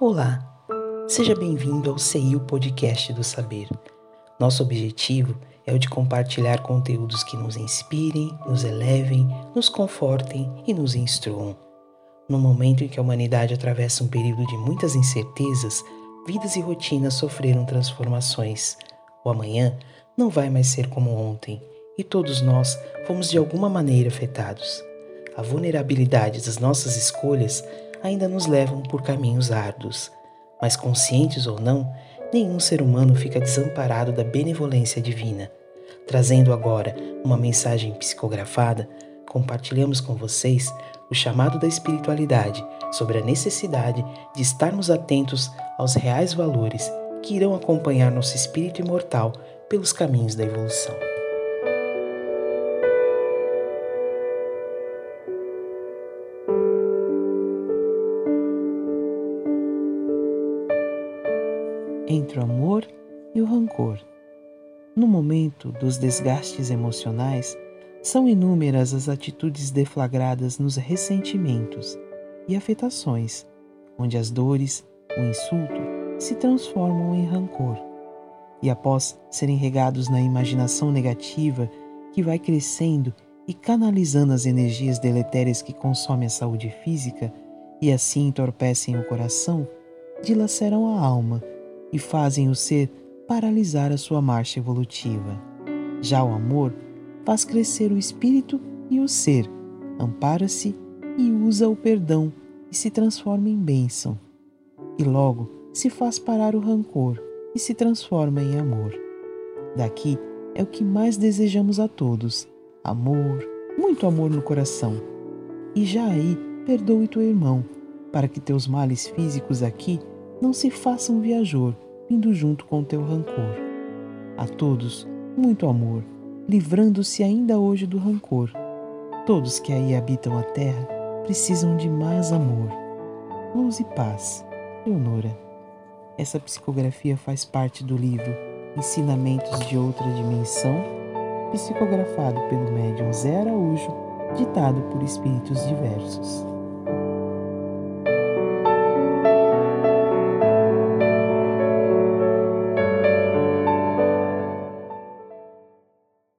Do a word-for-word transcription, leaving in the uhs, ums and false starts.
Olá, seja bem-vindo ao C I U Podcast do Saber. Nosso objetivo é o de compartilhar conteúdos que nos inspirem, nos elevem, nos confortem e nos instruam. No momento em que a humanidade atravessa um período de muitas incertezas, vidas e rotinas sofreram transformações. O amanhã não vai mais ser como ontem, e todos nós fomos de alguma maneira afetados. A vulnerabilidade das nossas escolhas ainda nos levam por caminhos árduos, mas conscientes ou não, nenhum ser humano fica desamparado da benevolência divina. Trazendo agora uma mensagem psicografada, compartilhamos com vocês o chamado da espiritualidade sobre a necessidade de estarmos atentos aos reais valores que irão acompanhar nosso espírito imortal pelos caminhos da evolução. Entre o amor e o rancor. No momento dos desgastes emocionais, são inúmeras as atitudes deflagradas nos ressentimentos e afetações, onde as dores, o insulto, se transformam em rancor. E após serem regados na imaginação negativa que vai crescendo e canalizando as energias deletérias que consomem a saúde física e assim entorpecem o coração, dilaceram a alma e fazem o ser paralisar a sua marcha evolutiva. Já o amor faz crescer o espírito e o ser, ampara-se e usa o perdão e se transforma em bênção. E logo se faz parar o rancor e se transforma em amor. Daqui é o que mais desejamos a todos: amor, muito amor no coração. E já aí perdoe teu irmão, para que teus males físicos aqui não se façam viajor, vindo junto com teu rancor. A todos, muito amor, livrando-se ainda hoje do rancor. Todos que aí habitam a terra precisam de mais amor. Luz e paz. Leonora. Essa psicografia faz parte do livro Ensinamentos de Outra Dimensão, psicografado pelo médium Zé Araújo, ditado por espíritos diversos.